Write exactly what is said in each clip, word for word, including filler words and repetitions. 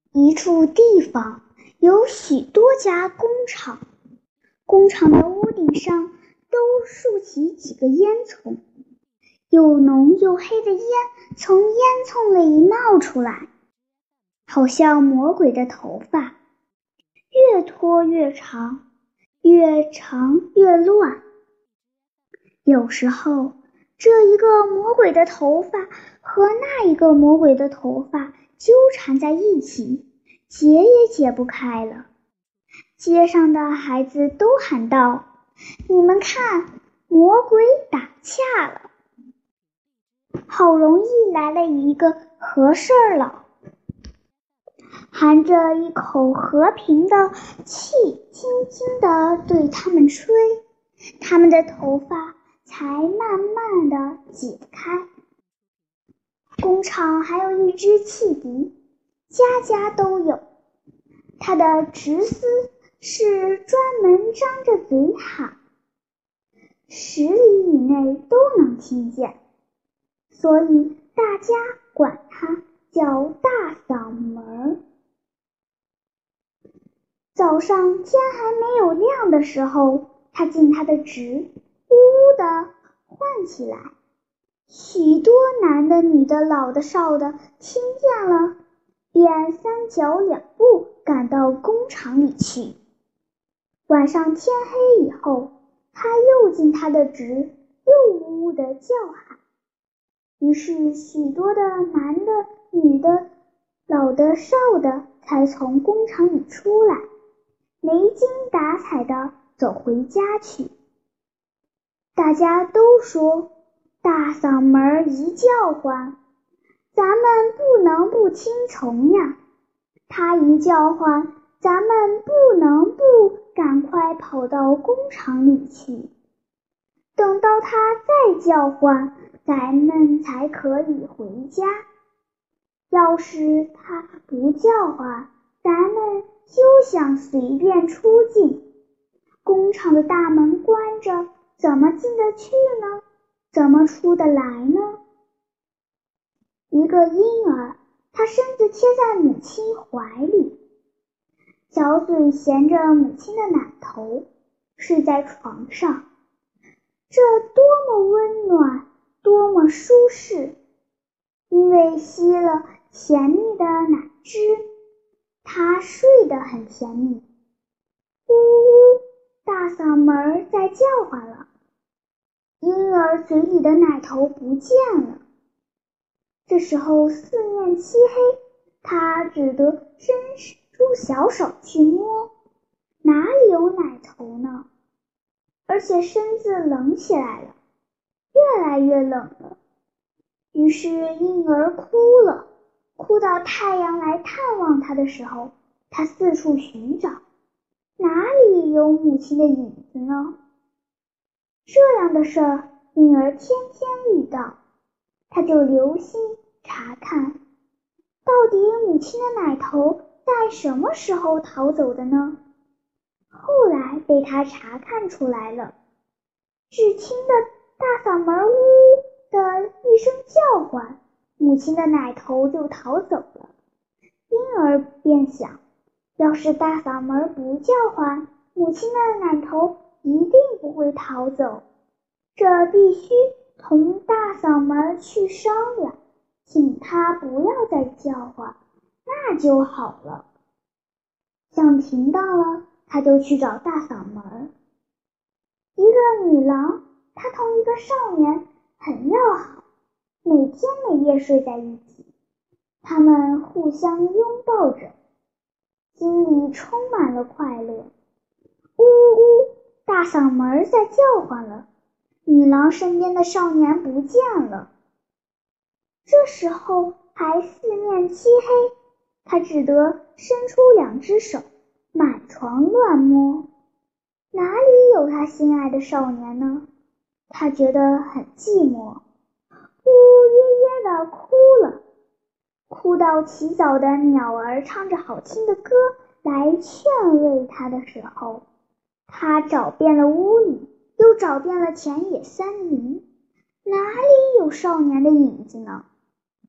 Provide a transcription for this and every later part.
一处地方有许多家工厂，工厂的屋顶上都竖起几个烟囱，又浓又黑的烟从烟囱里冒出来，好像魔鬼的头发，越拖越长，越长越乱。有时候，这一个魔鬼的头发和那一个魔鬼的头发纠缠在一起，解也解不开了。街上的孩子都喊道：“你们看，魔鬼打架了！”好容易来了一个和事佬，含着一口和平的气，轻轻地对他们吹，他们的头发才慢慢地解开。工厂还有一只汽笛，家家都有，它的直丝是专门张着嘴喊，十里以内都能听见，所以大家管它叫大嗓门。早上天还没有亮的时候，它进它的职，呜呜地唤起来，许多男的女的老的少的听见了，便三脚两步赶到工厂里去。晚上天黑以后，他又进他的职，又呜呜地叫喊，于是许多的男的女的老的少的才从工厂里出来，没精打采地走回家去。大家都说，大嗓门一叫唤，咱们不能不听从呀。他一叫唤，咱们不能不赶快跑到工厂里去。等到他再叫唤，咱们才可以回家。要是他不叫唤，咱们休想随便出境。工厂的大门关着，怎么进得去呢？怎么出得来呢？一个婴儿，他身子贴在母亲怀里，小嘴衔着母亲的奶头，睡在床上。这多么温暖，多么舒适！因为吸了甜蜜的奶汁，他睡得很甜蜜。呜呜，大嗓门在叫唤了。婴儿嘴里的奶头不见了。这时候四面漆黑，他只得伸出小手去摸，哪里有奶头呢？而且身子冷起来了，越来越冷了。于是婴儿哭了，哭到太阳来探望他的时候，他四处寻找，哪里有母亲的影子呢？这样的事儿，婴儿天天遇到，他就留心查看，到底母亲的奶头在什么时候逃走的呢？后来被他查看出来了，只听得大嗓门呜呜的一声叫唤，母亲的奶头就逃走了。婴儿便想，要是大嗓门不叫唤，母亲的奶头一定不会逃走，这必须同大嗓门去商量，请他不要再叫唤，那就好了。想停当了，他就去找大嗓门。一个女郎，她同一个少年很要好，每天每夜睡在一起，他们互相拥抱着，心里充满了快乐。呜呜呜，大嗓门在叫唤了，女郎身边的少年不见了。这时候还四面漆黑，他只得伸出两只手，满床乱摸，哪里有他心爱的少年呢？他觉得很寂寞，呜呜咽咽地哭了，哭到起早的鸟儿唱着好听的歌来劝慰他的时候，他找遍了屋里，又找遍了田野山林，哪里有少年的影子呢？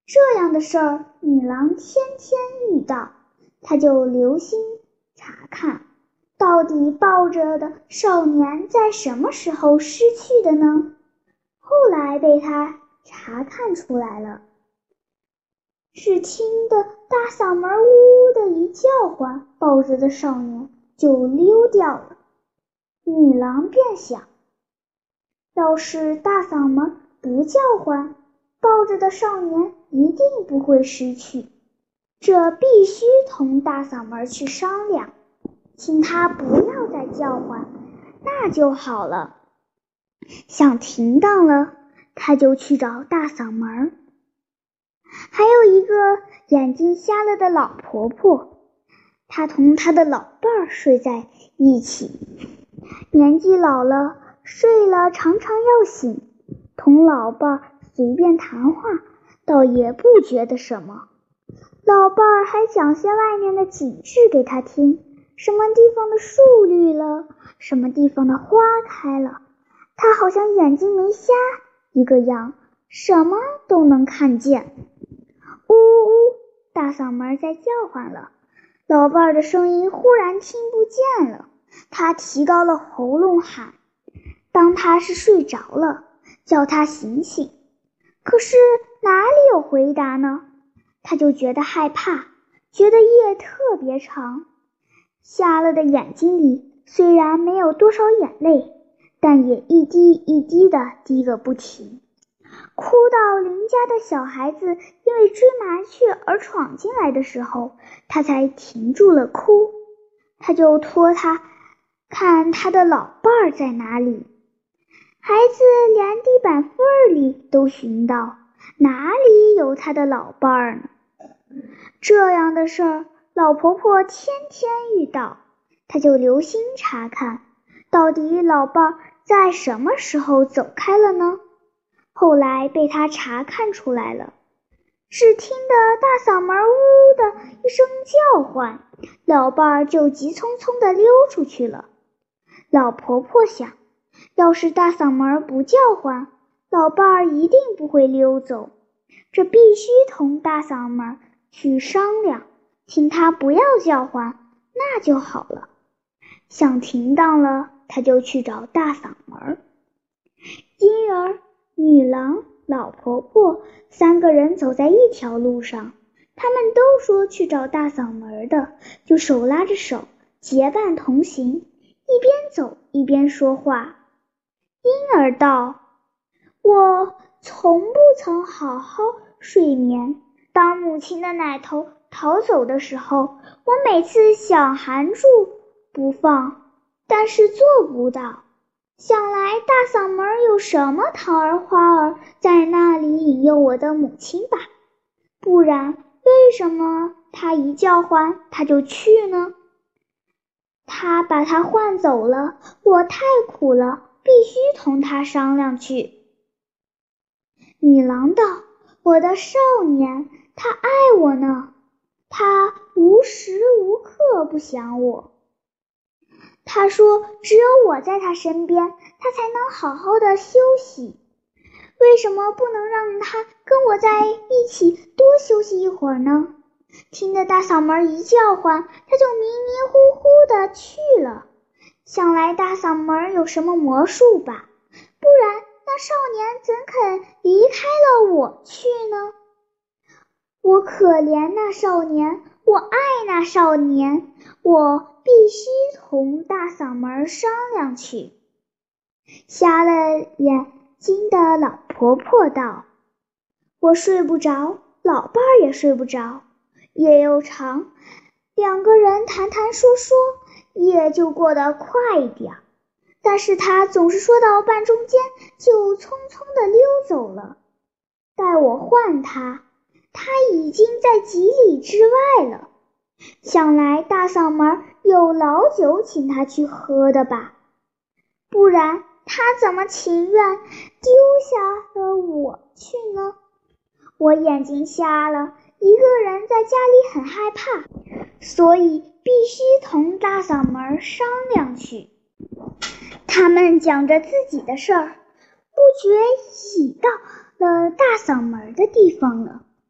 这样的事儿女郎天天遇到，她就留心查看，到底抱着的少年在什么时候失去的呢？后来被她查看出来了，只听得大嗓门呜呜的一叫唤，抱着的少年就溜掉了。女郎便想，要是大嗓门不叫唤，抱着的少年一定不会失去，这必须同大嗓门去商量，请他不要再叫唤，那就好了。想停当了，他就去找大嗓门。还有一个眼睛瞎了的老婆婆，她同她的老伴儿睡在一起，年纪老了，睡了常常要醒，同老伴儿随便谈话，倒也不觉得什么。老伴儿还讲些外面的景致给他听，什么地方的树绿了，什么地方的花开了，他好像眼睛没瞎一个样，什么都能看见。呜呜，大嗓门在叫唤了，老伴儿的声音忽然听不见了，他提高了喉咙喊，当他是睡着了，叫他醒醒。可是哪里有回答呢？他就觉得害怕，觉得夜特别长。瞎了的眼睛里虽然没有多少眼泪，但也一滴一滴地滴个不停，哭到邻家的小孩子因为追麻雀而闯进来的时候，他才停住了哭。他就托他看他的老伴儿在哪里。孩子连地板缝里都寻到，哪里有他的老伴儿呢？这样的事儿，老婆婆天天遇到，她就留心查看，到底老伴儿在什么时候走开了呢？后来被她查看出来了，只听得大嗓门呜呜的一声叫唤，老伴儿就急匆匆地溜出去了。老婆婆想，要是大嗓门不叫唤，老伴儿一定不会溜走，这必须同大嗓门去商量，请他不要叫唤，那就好了。想停当了，他就去找大嗓门。因而女郎、老婆婆三个人走在一条路上，他们都说去找大嗓门的，就手拉着手结伴同行，一边走一边说话。因而道，我从不曾好好睡眠，当母亲的奶头逃走的时候，我每次想含住不放，但是做不到。想来大嗓门有什么桃儿花儿在那里引诱我的母亲吧，不然为什么他一叫唤他就去呢？他把他唤走了，我太苦了，必须同他商量去。女郎道，我的少年，他爱我呢，他无时无刻不想我。他说只有我在他身边，他才能好好的休息。为什么不能让他跟我在一起多休息一会儿呢？听得大嗓门一叫唤，他就迷迷糊糊的去了。想来大嗓门有什么魔术吧，不然那少年怎肯离开了我去呢？我可怜那少年，我爱那少年，我必须同大嗓门商量去。瞎了眼睛的老婆婆道，我睡不着，老伴儿也睡不着，夜又长，两个人谈谈说说，夜就过得快一点，但是他总是说到半中间就匆匆地溜走了。待我唤他，他已经在几里之外了。想来大嗓门有老酒请他去喝的吧，不然他怎么情愿丢下了我去呢？我眼睛瞎了，一个人在家里很害怕，所以必须同大嗓门商量去。他们讲着自己的事儿，不觉已到了大嗓门的地方了。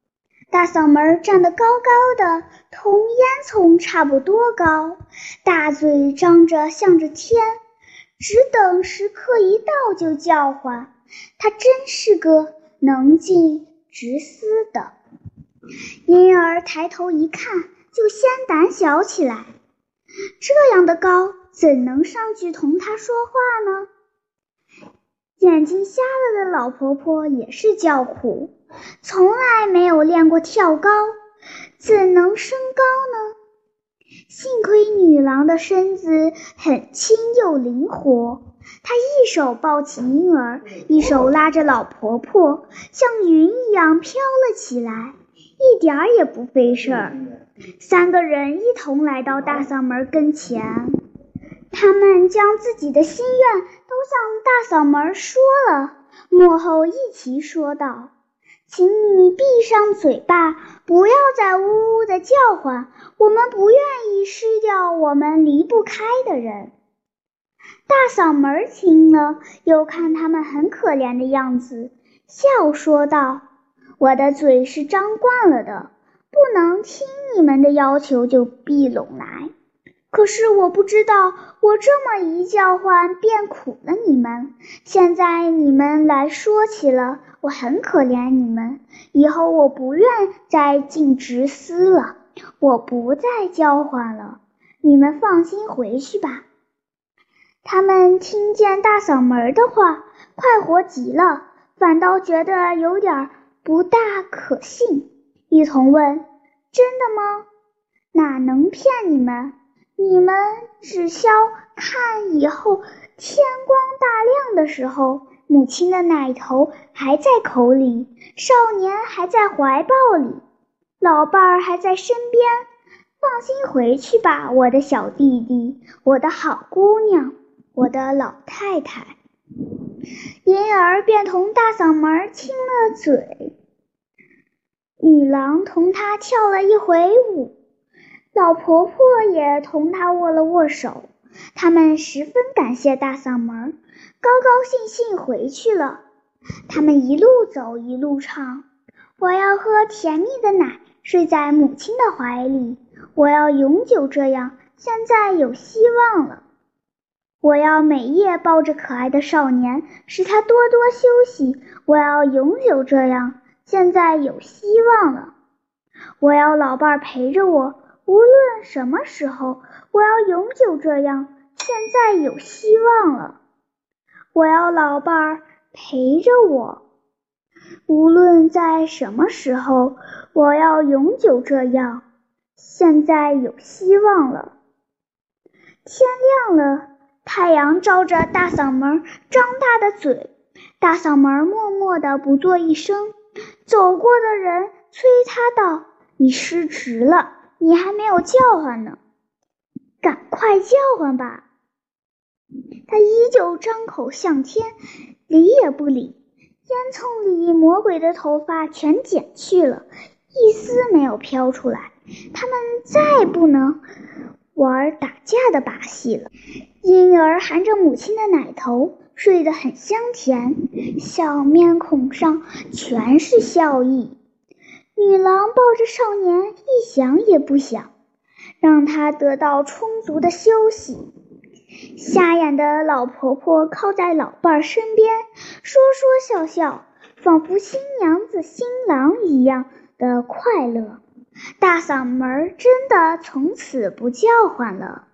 大嗓门站得高高的，同烟囱差不多高，大嘴张着向着天，只等时刻一到就叫唤。他真是个能进直思的。因儿抬头一看，就先胆小起来，这样的高怎能上去同他说话呢？眼睛瞎了的老婆婆也是叫苦，从来没有练过跳高，怎能升高呢？幸亏女郎的身子很轻又灵活，她一手抱起婴儿，一手拉着老婆婆，像云一样飘了起来，一点儿也不费事儿。三个人一同来到大嗓门跟前，他们将自己的心愿都向大嗓门说了，幕后一齐说道：请你闭上嘴巴，不要再呜呜地叫唤，我们不愿意失掉我们离不开的人。大嗓门听了，又看他们很可怜的样子，笑说道：我的嘴是张惯了的，不能听你们的要求就闭拢来。可是我不知道，我这么一叫唤便苦了你们，现在你们来说起了，我很可怜你们，以后我不愿再进直思了，我不再叫唤了，你们放心回去吧。他们听见大嗓门的话，快活极了，反倒觉得有点不大可信，一同问：真的吗？哪能骗你们？你们只消看以后天光大亮的时候，母亲的奶头还在口里，少年还在怀抱里，老伴儿还在身边，放心回去吧，我的小弟弟，我的好姑娘，我的老太太。因儿便同大嗓门亲了嘴，女郎同他跳了一回舞，老婆婆也同他握了握手，他们十分感谢大嗓门，高高兴兴回去了。他们一路走一路唱：我要喝甜蜜的奶，睡在母亲的怀里，我要永久这样，现在有希望了。我要每夜抱着可爱的少年，使他多多休息，我要永久这样，现在有希望了。我要老伴儿陪着我，无论什么时候，我要永久这样，现在有希望了。我要老伴儿陪着我，无论在什么时候，我要永久这样，现在有希望了。天亮了，太阳照着大嗓门张大的嘴，大嗓门默默地不作一声，走过的人催他道：你失职了，你还没有叫唤呢，赶快叫唤吧。他依旧张口向天，理也不理，烟囱里魔鬼的头发全剪去了，一丝没有飘出来。他们再不能玩打架的把戏了。婴儿含着母亲的奶头，睡得很香甜，小面孔上全是笑意。女郎抱着少年，一想也不想，让他得到充足的休息。瞎眼的老婆婆靠在老伴儿身边，说说笑笑，仿佛新娘子新郎一样的快乐。大嗓门真的从此不叫唤了。